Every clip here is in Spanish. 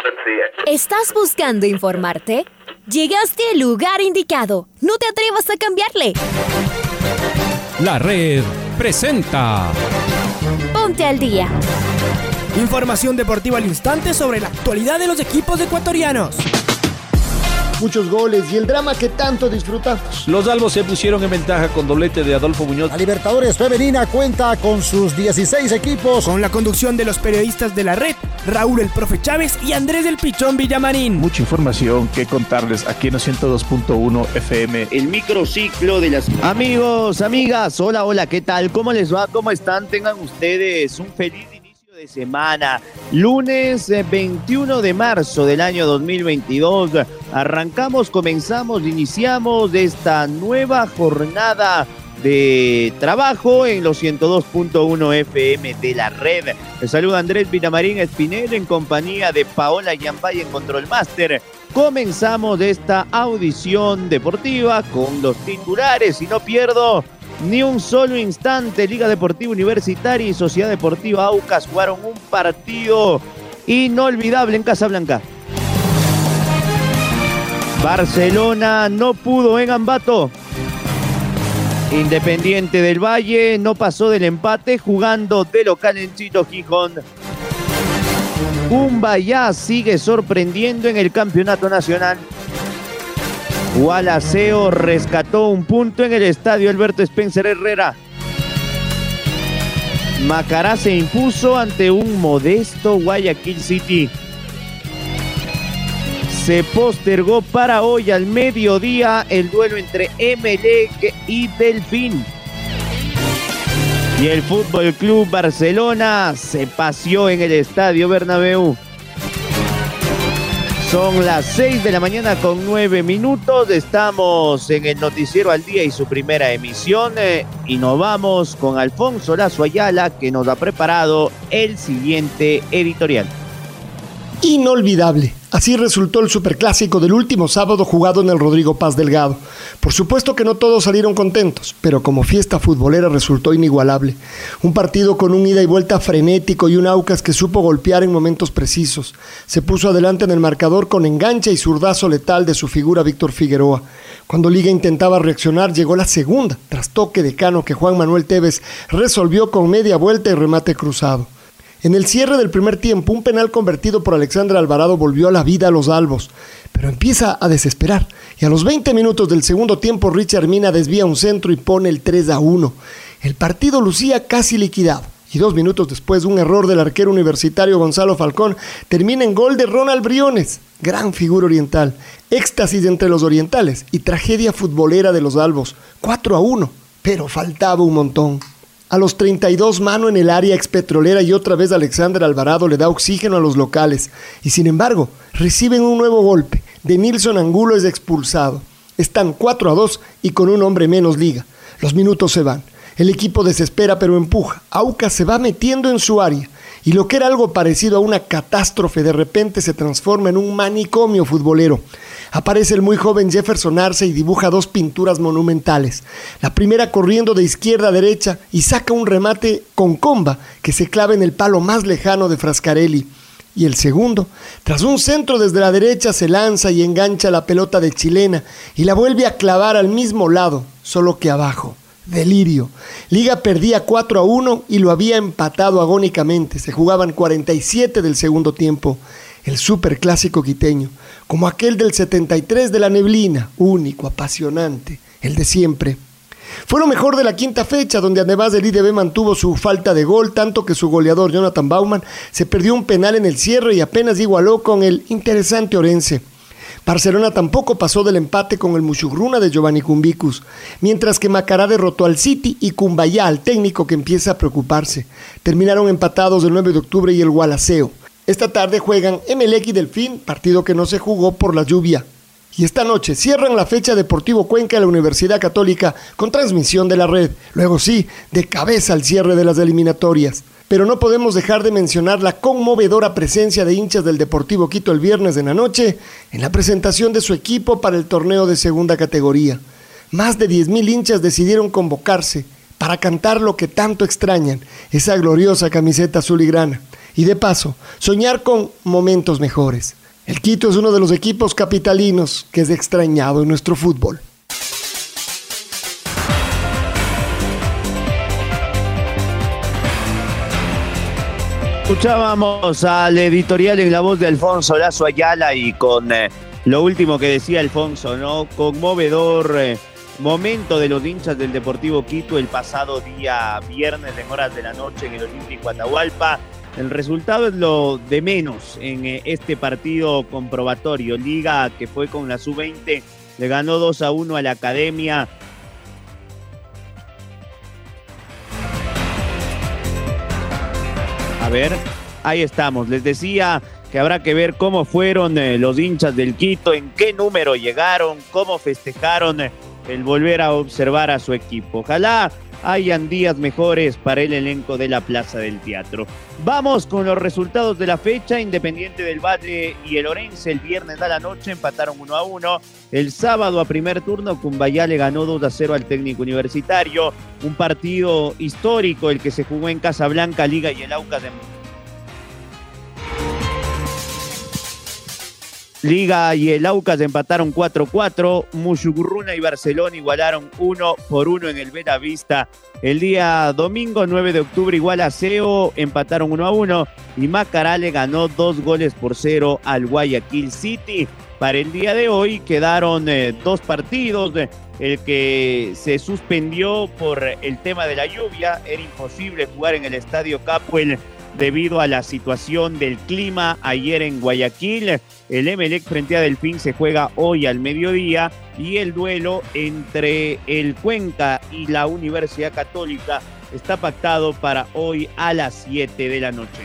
¿Estás buscando informarte? Llegaste al lugar indicado. No te atrevas a cambiarle. La Red presenta Ponte al día. Información deportiva al instante sobre la actualidad de los equipos ecuatorianos. Muchos goles y el drama que tanto disfrutamos. Los albos se pusieron en ventaja con doblete de Adolfo Muñoz. La Libertadores Femenina cuenta con sus 16 equipos. Con la conducción de los periodistas de La Red, Raúl el Profe Chávez y Andrés el Pichón Villamarín. Mucha información que contarles aquí en 102.1 FM. El microciclo de las... Amigos, amigas, hola, ¿qué tal? ¿Cómo les va? ¿Cómo están? Tengan ustedes un feliz de semana, lunes 21 de marzo del año 2022. Iniciamos esta nueva jornada de trabajo en los 102.1 FM de La Red. Les saluda Andrés Villamarín Espinel en compañía de Paola Yambay en Control Master. Comenzamos esta audición deportiva con los titulares y no pierdo ni un solo instante. Liga Deportiva Universitaria y Sociedad Deportiva Aucas jugaron un partido inolvidable en Casablanca. Barcelona no pudo en Ambato. Independiente del Valle no pasó del empate jugando de local en Chito Gijón. Cumbayá sigue sorprendiendo en el campeonato nacional. Gualaceo rescató un punto en el estadio Alberto Spencer Herrera. Macará se impuso ante un modesto Guayaquil City. Se postergó para hoy al mediodía el duelo entre Emelec y Delfín. Y el Fútbol Club Barcelona se paseó en el estadio Bernabéu. Son las 6 de la mañana con 9 minutos. Estamos en el Noticiero al Día y su primera emisión. Y nos vamos con Alfonso Lazo Ayala, que nos ha preparado el siguiente editorial. Inolvidable. Así resultó el superclásico del último sábado jugado en el Rodrigo Paz Delgado. Por supuesto que no todos salieron contentos, pero como fiesta futbolera resultó inigualable. Un partido con un ida y vuelta frenético y un Aucas que supo golpear en momentos precisos. Se puso adelante en el marcador con enganche y zurdazo letal de su figura Víctor Figueroa. Cuando Liga intentaba reaccionar, llegó la segunda, tras toque de Cano que Juan Manuel Tevez resolvió con media vuelta y remate cruzado. En el cierre del primer tiempo, un penal convertido por Alexandre Alvarado volvió a la vida a los albos, pero empieza a desesperar, y a los 20 minutos del segundo tiempo Richard Mina desvía un centro y pone el 3-1. El partido lucía casi liquidado, y 2 minutos después un error del arquero universitario Gonzalo Falcón termina en gol de Ronald Briones, gran figura oriental, éxtasis entre los orientales y tragedia futbolera de los albos, 4-1, pero faltaba un montón. A los 32, Mano en el área expetrolera y otra vez Alexander Alvarado le da oxígeno a los locales. Y sin embargo, reciben un nuevo golpe. Denilson Angulo es expulsado. Están 4-2 y con un hombre menos Liga. Los minutos se van. El equipo desespera pero empuja. Aucas se va metiendo en su área. Y lo que era algo parecido a una catástrofe de repente se transforma en un manicomio futbolero. Aparece el muy joven Jefferson Arce y dibuja 2 pinturas monumentales. La primera corriendo de izquierda a derecha y saca un remate con comba que se clava en el palo más lejano de Frascarelli. Y el segundo, tras un centro desde la derecha, se lanza y engancha la pelota de Chilena y la vuelve a clavar al mismo lado, solo que abajo. Delirio. Liga perdía 4-1 y lo había empatado agónicamente. Se jugaban 47 del segundo tiempo. El superclásico quiteño, como aquel del 73 de la Neblina, único, apasionante, el de siempre. Fue lo mejor de la quinta fecha, donde además el IDB mantuvo su falta de gol, tanto que su goleador Jonathan Bauman se perdió un penal en el cierre y apenas igualó con el interesante Orense. Barcelona tampoco pasó del empate con el Muchugruna de Giovanni Cumbicus, mientras que Macará derrotó al City y Cumbayá al técnico que empieza a preocuparse. Terminaron empatados el 9 de octubre y el Gualaceo. Esta tarde juegan Emelec y Delfín, partido que no se jugó por la lluvia. Y esta noche cierran la fecha Deportivo Cuenca de la Universidad Católica con transmisión de La Red. Luego sí, de cabeza al cierre de las eliminatorias. Pero no podemos dejar de mencionar la conmovedora presencia de hinchas del Deportivo Quito el viernes en la noche en la presentación de su equipo para el torneo de segunda categoría. Más de 10,000 hinchas decidieron convocarse para cantar lo que tanto extrañan, esa gloriosa camiseta azul y grana. y de paso, soñar con momentos mejores. El Quito es uno de los equipos capitalinos que es extrañado en nuestro fútbol. Escuchábamos al editorial en la voz de Alfonso Lazo Ayala y con lo último que decía Alfonso, ¿no? Conmovedor momento de los hinchas del Deportivo Quito el pasado día viernes en horas de la noche en el Olímpico Atahualpa. El resultado es lo de menos en este partido comprobatorio. Liga, que fue con la Sub-20, le ganó 2-1 a la Academia. A ver, ahí estamos. Les decía que habrá que ver cómo fueron los hinchas del Quito, en qué número llegaron, cómo festejaron el volver a observar a su equipo. Ojalá hayan días mejores para el elenco de la Plaza del Teatro. Vamos con los resultados de la fecha. Independiente del Valle y el Orense el viernes a la noche empataron 1-1. El sábado a primer turno Cumbayá le ganó 2-0 al Técnico Universitario. Un partido histórico el que se jugó en Casablanca. Liga y el Aucas empataron 4-4. Mushugurruna y Barcelona igualaron 1-1 en el Bellavista. El día domingo 9 de octubre igual a CEO, empataron 1-1 y Macará le ganó 2-0 al Guayaquil City. Para el día de hoy quedaron dos partidos. El que se suspendió por el tema de la lluvia, era imposible jugar en el Estadio Capuel debido a la situación del clima ayer en Guayaquil. El Emelec frente a Delfín se juega hoy al mediodía y el duelo entre el Cuenca y la Universidad Católica está pactado para hoy a las 7 de la noche.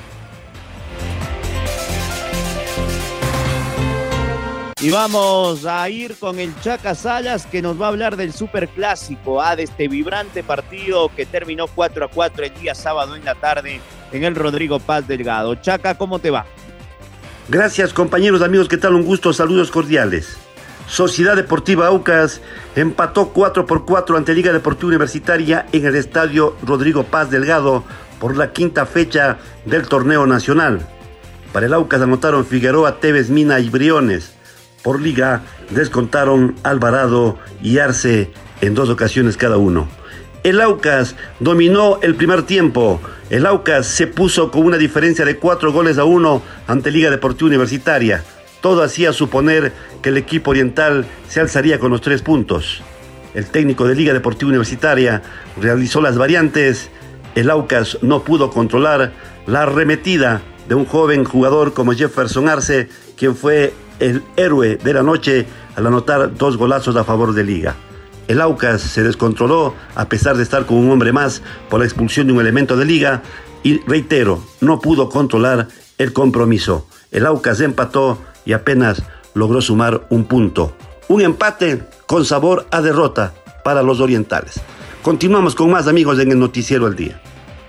Y vamos a ir con el Chaca Salas, que nos va a hablar del Superclásico, de este vibrante partido que terminó 4-4 el día sábado en la tarde en el Rodrigo Paz Delgado. Chaca, ¿cómo te va? Gracias, compañeros, amigos, ¿qué tal? Un gusto, saludos cordiales. Sociedad Deportiva Aucas empató 4-4 ante Liga Deportiva Universitaria en el estadio Rodrigo Paz Delgado por la quinta fecha del torneo nacional. Para el Aucas anotaron Figueroa, Tevez, Mina y Briones. Por Liga descontaron Alvarado y Arce en 2 ocasiones cada uno. El Aucas dominó el primer tiempo. El Aucas se puso con una diferencia de 4-1 ante Liga Deportiva Universitaria. Todo hacía suponer que el equipo oriental se alzaría con los 3 puntos. El técnico de Liga Deportiva Universitaria realizó las variantes. El Aucas no pudo controlar la arremetida de un joven jugador como Jefferson Arce, quien fue el héroe de la noche al anotar 2 golazos a favor de Liga. El Aucas se descontroló a pesar de estar con un hombre más por la expulsión de un elemento de Liga y, reitero, no pudo controlar el compromiso. El Aucas empató y apenas logró sumar un punto. Un empate con sabor a derrota para los orientales. Continuamos con más, amigos, en el Noticiero al Día.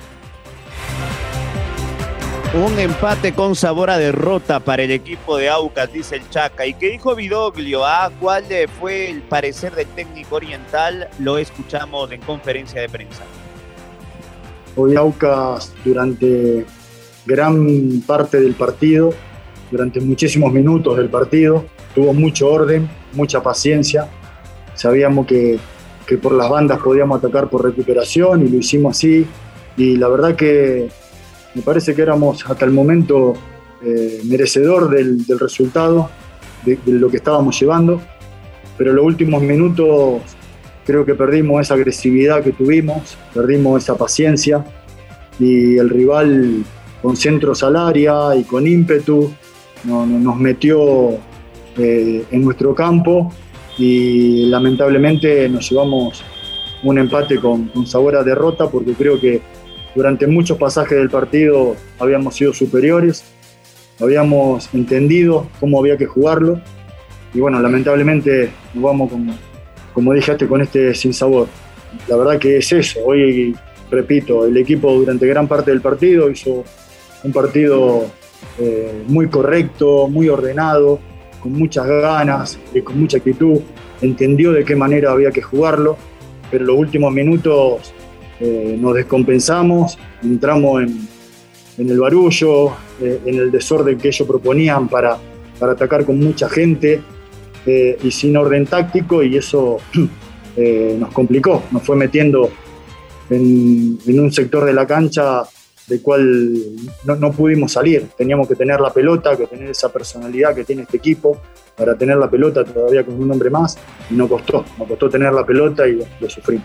Un empate con sabor a derrota para el equipo de Aucas, dice el Chaca. ¿Y qué dijo Vidoglio? ¿Cuál fue el parecer del técnico oriental? Lo escuchamos en conferencia de prensa. Hoy Aucas, durante gran parte del partido, durante muchísimos minutos del partido, tuvo mucho orden, mucha paciencia. Sabíamos que por las bandas podíamos atacar por recuperación y lo hicimos así. Y la verdad que me parece que éramos hasta el momento merecedor del resultado, de lo que estábamos llevando, pero en los últimos minutos creo que perdimos esa agresividad que tuvimos, perdimos esa paciencia y el rival con centros al área y con ímpetu nos metió en nuestro campo y lamentablemente nos llevamos un empate con sabor a derrota, porque creo que durante muchos pasajes del partido habíamos sido superiores, habíamos entendido cómo había que jugarlo y bueno, lamentablemente nos vamos como dije antes, con este sinsabor. La verdad que es eso. Hoy, repito, el equipo durante gran parte del partido hizo un partido muy correcto, muy ordenado, con muchas ganas, con mucha actitud, entendió de qué manera había que jugarlo, pero en los últimos minutos nos descompensamos, entramos en el barullo, en el desorden que ellos proponían para atacar con mucha gente y sin orden táctico, y eso nos complicó, nos fue metiendo en un sector de la cancha del cual no pudimos salir. Teníamos que tener la pelota, que tener esa personalidad que tiene este equipo para tener la pelota todavía con un hombre más, y nos costó tener la pelota y lo sufrimos.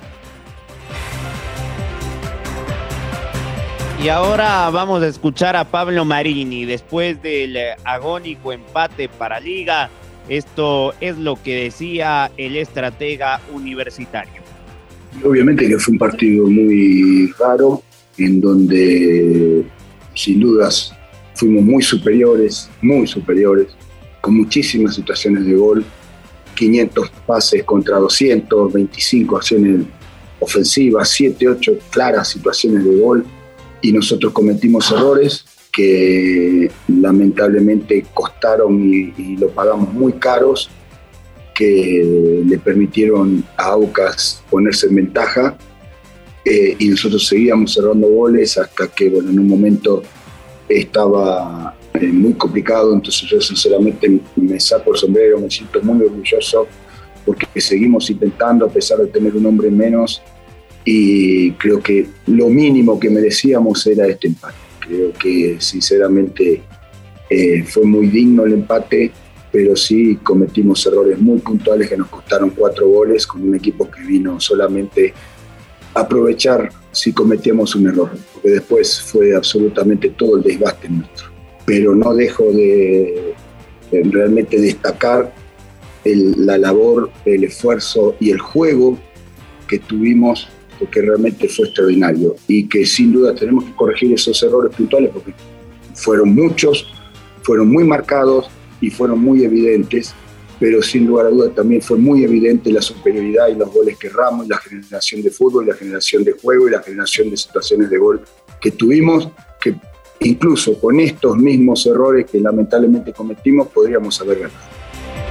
Y ahora vamos a escuchar a Pablo Marini después del agónico empate para Liga. Esto es lo que decía el estratega universitario. Obviamente que fue un partido muy raro, en donde sin dudas fuimos muy superiores, con muchísimas situaciones de gol, 500 pases contra 225 acciones ofensivas, 7, 8 claras situaciones de gol, y nosotros cometimos errores que lamentablemente costaron y lo pagamos muy caros, que le permitieron a Aucas ponerse en ventaja, y nosotros seguíamos cerrando goles hasta que, bueno, en un momento estaba muy complicado. Entonces yo sinceramente me saco el sombrero, me siento muy orgulloso porque seguimos intentando a pesar de tener un hombre menos, y creo que lo mínimo que merecíamos era este empate. Creo que sinceramente fue muy digno el empate, pero sí cometimos errores muy puntuales que nos costaron 4 goles con un equipo que vino solamente a aprovechar si cometíamos un error, porque después fue absolutamente todo el desgaste nuestro. Pero no dejo de realmente destacar la labor, el esfuerzo y el juego que tuvimos, porque realmente fue extraordinario, y que sin duda tenemos que corregir esos errores puntuales porque fueron muchos, fueron muy marcados y fueron muy evidentes, pero sin lugar a dudas también fue muy evidente la superioridad y los goles que erramos, y la generación de fútbol, y la generación de juego y la generación de situaciones de gol que tuvimos, que incluso con estos mismos errores que lamentablemente cometimos podríamos haber ganado.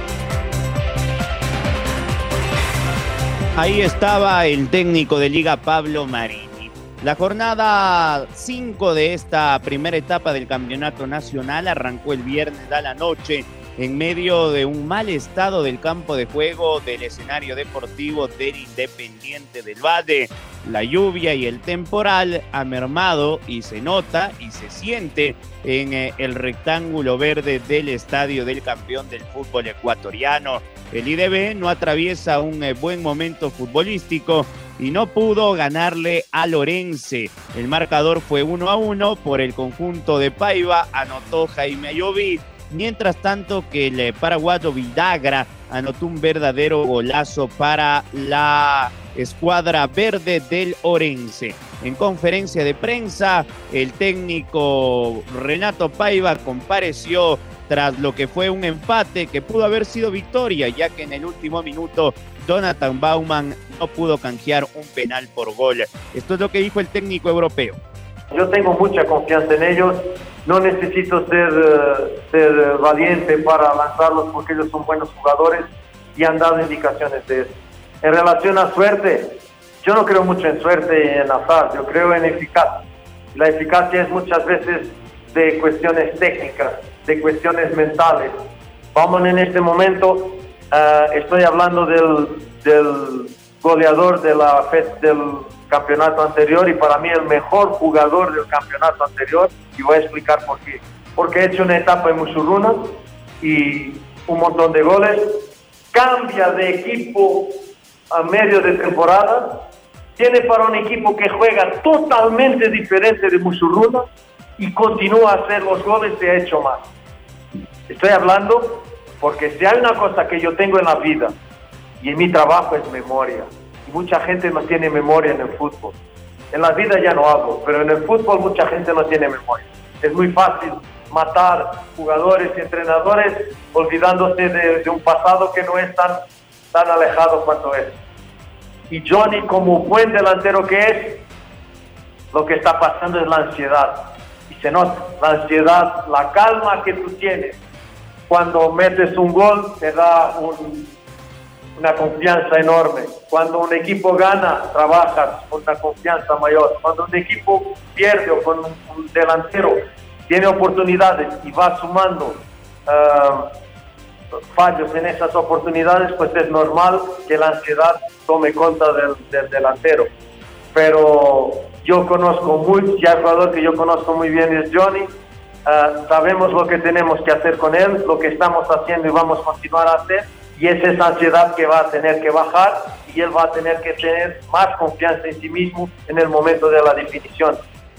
Ahí estaba el técnico de Liga, Pablo Marini. La jornada 5 de esta primera etapa del campeonato nacional arrancó el viernes a la noche en medio de un mal estado del campo de juego del escenario deportivo del Independiente del Valle. La lluvia y el temporal ha mermado y se nota y se siente en el rectángulo verde del estadio del campeón del fútbol ecuatoriano. El IDB no atraviesa un buen momento futbolístico y no pudo ganarle a Lorense. El marcador fue 1-1 por el conjunto de Paiva, anotó Jaime Ayoví, mientras tanto que el paraguayo Vidagra anotó un verdadero golazo para la escuadra verde del Orense. En conferencia de prensa, el técnico Renato Paiva compareció tras lo que fue un empate que pudo haber sido victoria, ya que en el último minuto Jonathan Baumann no pudo canjear un penal por gol. Esto es lo que dijo el técnico europeo. Yo tengo mucha confianza en ellos, no necesito ser valiente para lanzarlos porque ellos son buenos jugadores y han dado indicaciones de eso. En relación a suerte, yo no creo mucho en suerte y en azar, yo creo en eficacia. La eficacia es muchas veces de cuestiones técnicas, de cuestiones mentales. Vamos en este momento, estoy hablando del goleador del campeonato anterior y para mí el mejor jugador del campeonato anterior, y voy a explicar por qué. Porque he hecho una etapa en Musurruna y un montón de goles, cambia de equipo a medio de temporada, tiene para un equipo que juega totalmente diferente de Musurruna y continúa a hacer los goles y ha hecho más. Estoy hablando porque si hay una cosa que yo tengo en la vida y en mi trabajo es memoria, y mucha gente no tiene memoria en el fútbol. En la vida ya no hablo, pero en el fútbol mucha gente no tiene memoria. Es muy fácil matar jugadores y entrenadores olvidándose de un pasado que no es tan alejado cuanto es. Y Johnny, como buen delantero que es, lo que está pasando es la ansiedad. Y se nota, la ansiedad, la calma que tú tienes. Cuando metes un gol, te da una confianza enorme. Cuando un equipo gana, trabajas con una confianza mayor. Cuando un equipo pierde o con un delantero tiene oportunidades y va sumando fallos en esas oportunidades, pues es normal que la ansiedad tome cuenta del delantero. Pero yo conozco ya el jugador que yo conozco muy bien es Johnny. Sabemos lo que tenemos que hacer con él, lo que estamos haciendo y vamos a continuar a hacer, y es esa ansiedad que va a tener que bajar y él va a tener que tener más confianza en sí mismo en el momento de la definición.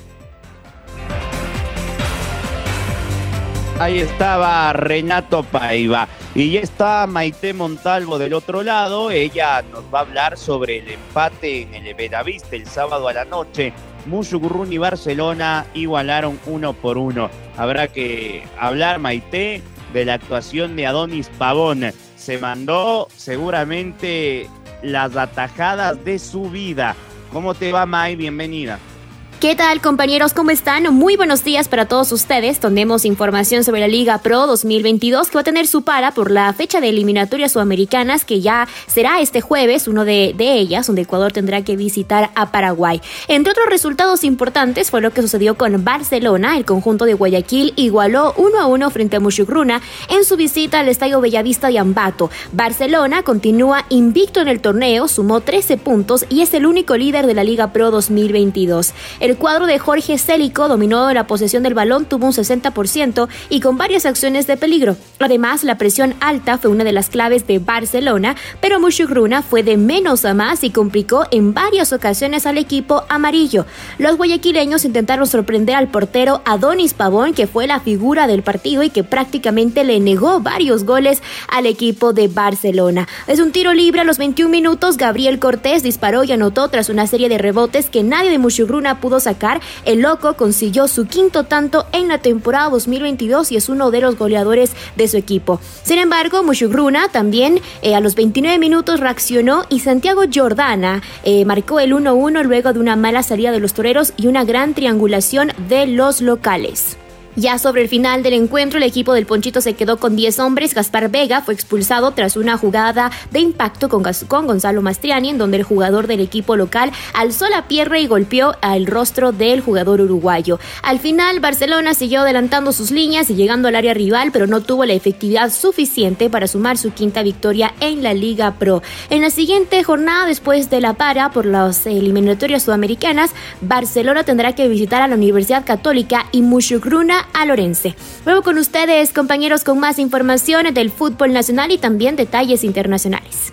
Ahí estaba Renato Paiva. Y ya está Maite Montalvo del otro lado. Ella nos va a hablar sobre el empate en el Bellavista el sábado a la noche. Musugruna y Barcelona igualaron 1-1. Habrá que hablar, Maite, de la actuación de Adonis Pavón. Se mandó seguramente las atajadas de su vida. ¿Cómo te va, May? Bienvenida. ¿Qué tal, compañeros? ¿Cómo están? Muy buenos días para todos ustedes. Tenemos información sobre la Liga Pro 2022 que va a tener su para por la fecha de eliminatorias sudamericanas que ya será este jueves, uno de ellas, donde Ecuador tendrá que visitar a Paraguay. Entre otros resultados importantes fue lo que sucedió con Barcelona. El conjunto de Guayaquil igualó 1-1 frente a Musugruna en su visita al Estadio Bellavista de Ambato. Barcelona continúa invicto en el torneo, sumó 13 puntos y es el único líder de la Liga Pro 2022. El cuadro de Jorge Célico dominó la posesión del balón, tuvo un 60% y con varias acciones de peligro. Además, la presión alta fue una de las claves de Barcelona, pero Musugruna fue de menos a más y complicó en varias ocasiones al equipo amarillo. Los guayaquileños intentaron sorprender al portero Adonis Pavón, que fue la figura del partido y que prácticamente le negó varios goles al equipo de Barcelona. Es un tiro libre a los 21 minutos, Gabriel Cortés disparó y anotó tras una serie de rebotes que nadie de Musugruna pudo sacar. El loco consiguió su quinto tanto en la temporada 2022 y es uno de los goleadores de su equipo. Sin embargo, Musugruna también a los 29 minutos reaccionó y Santiago Jordana marcó el 1-1 luego de una mala salida de los toreros y una gran triangulación de los locales. Ya sobre el final del encuentro, el equipo del Ponchito se quedó con 10 hombres. Gaspar Vega fue expulsado tras una jugada de impacto con Gonzalo Mastriani, en donde el jugador del equipo local alzó la pierna y golpeó al rostro del jugador uruguayo. Al final, Barcelona siguió adelantando sus líneas y llegando al área rival, pero no tuvo la efectividad suficiente para sumar su quinta victoria en la Liga Pro. En la siguiente jornada, después de la para por las eliminatorias sudamericanas, Barcelona tendrá que visitar a la Universidad Católica y Musugruna a Lorense. Luego con ustedes, compañeros, con más información del fútbol nacional y también detalles internacionales.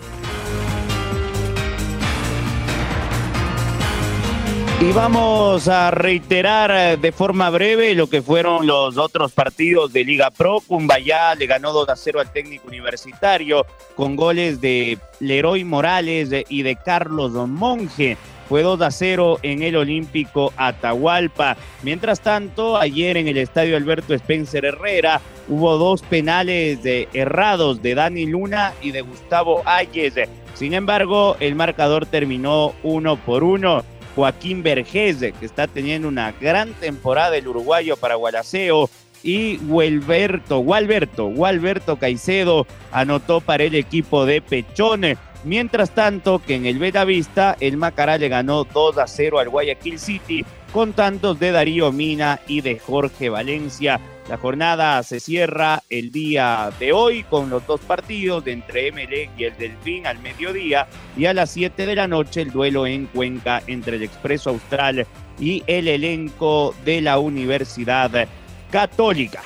Y vamos a reiterar de forma breve lo que fueron los otros partidos de Liga Pro. Cumbayá le ganó 2-0 al Técnico Universitario con goles de Leroy Morales y de Carlos Monge. Fue 2-0 en el Olímpico Atahualpa. Mientras tanto, ayer en el Estadio Alberto Spencer Herrera hubo 2 penales errados de Dani Luna y de Gustavo Ayes. Sin embargo, el marcador terminó 1-1. Joaquín Vergés, que está teniendo una gran temporada el uruguayo para Gualaceo, y Gualberto Caicedo anotó para el equipo de Pechón. Mientras tanto, que en el Bellavista, el Macará le ganó 2-0 al Guayaquil City con tantos de Darío Mina y de Jorge Valencia. La jornada se cierra el día de hoy con los 2 partidos de entre Emelec y el Delfín al mediodía, y a las 7 de la noche el duelo en Cuenca entre el Expreso Austral y el elenco de la Universidad Católica.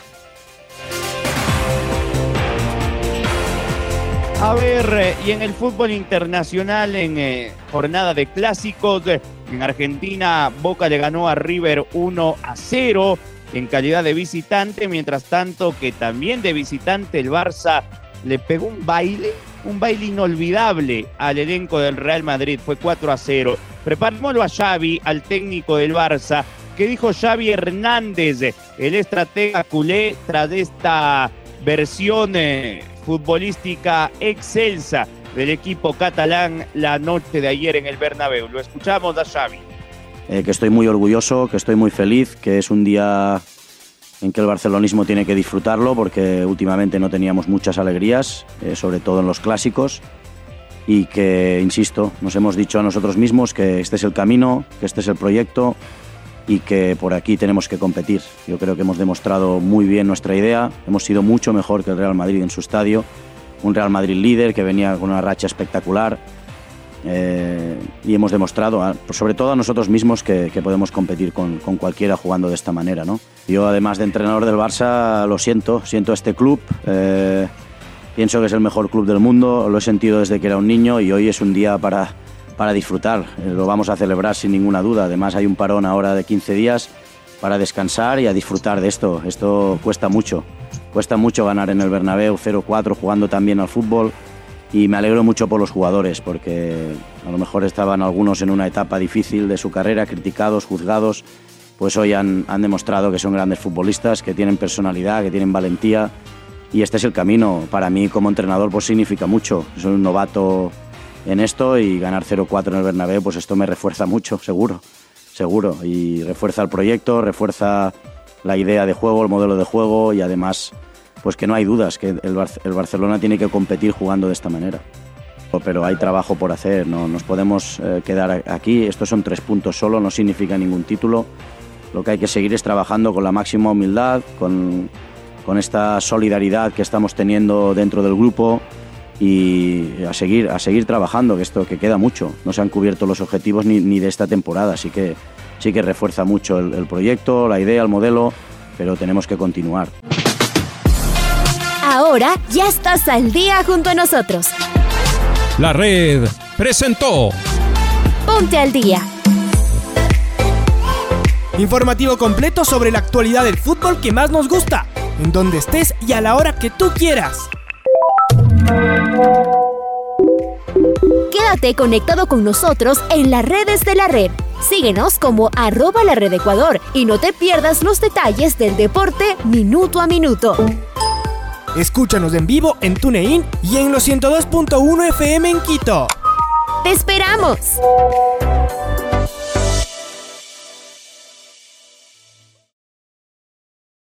A ver, y en el fútbol internacional, en jornada de clásicos, en Argentina, Boca le ganó a River 1-0 en calidad de visitante, mientras tanto que también de visitante el Barça le pegó un baile inolvidable al elenco del Real Madrid, fue 4-0. Preparémoslo a Xavi, al técnico del Barça, que dijo Xavi Hernández, el estratega culé, tras esta versión futbolística excelsa del equipo catalán la noche de ayer en el Bernabéu. Lo escuchamos a Xavi. Que estoy muy orgulloso, que estoy muy feliz, que es un día en que el barcelonismo tiene que disfrutarlo, porque últimamente no teníamos muchas alegrías, sobre todo en los clásicos, y que, insisto, nos hemos dicho a nosotros mismos que este es el camino, que este es el proyecto y que por aquí tenemos que competir. Yo creo que hemos demostrado muy bien nuestra idea, hemos sido mucho mejor que el Real Madrid en su estadio, un Real Madrid líder que venía con una racha espectacular y hemos demostrado, sobre todo a nosotros mismos, que podemos competir con cualquiera jugando de esta manera, ¿no? Yo, además de entrenador del Barça, lo siento este club, pienso que es el mejor club del mundo, lo he sentido desde que era un niño y hoy es un día para disfrutar, lo vamos a celebrar sin ninguna duda. Además hay un parón ahora de 15 días para descansar y a disfrutar de esto. Esto cuesta mucho ganar en el Bernabéu 0-4 jugando tan bien al fútbol y me alegro mucho por los jugadores porque a lo mejor estaban algunos en una etapa difícil de su carrera, criticados, juzgados, pues hoy han demostrado que son grandes futbolistas, que tienen personalidad, que tienen valentía y este es el camino. Para mí como entrenador pues significa mucho, soy un novato en esto y ganar 0-4 en el Bernabéu, pues esto me refuerza mucho, seguro, y refuerza el proyecto, refuerza la idea de juego, el modelo de juego y además pues que no hay dudas que el Barcelona tiene que competir jugando de esta manera. Pero hay trabajo por hacer, no nos podemos quedar aquí, estos son 3 puntos solo, no significa ningún título, lo que hay que seguir es trabajando con la máxima humildad, con esta solidaridad que estamos teniendo dentro del grupo y a seguir trabajando, que queda mucho. No se han cubierto los objetivos ni de esta temporada, así que sí que refuerza mucho el proyecto, la idea, el modelo, pero tenemos que continuar. Ahora ya estás al día junto a nosotros. La Red presentó Ponte al Día. Informativo completo sobre la actualidad del fútbol que más nos gusta, en donde estés y a la hora que tú quieras. Quédate conectado con nosotros en las redes de la Red. Síguenos como @LaRedEcuador y no te pierdas los detalles del deporte minuto a minuto. Escúchanos en vivo en TuneIn y en los 102.1 FM en Quito. ¡Te esperamos!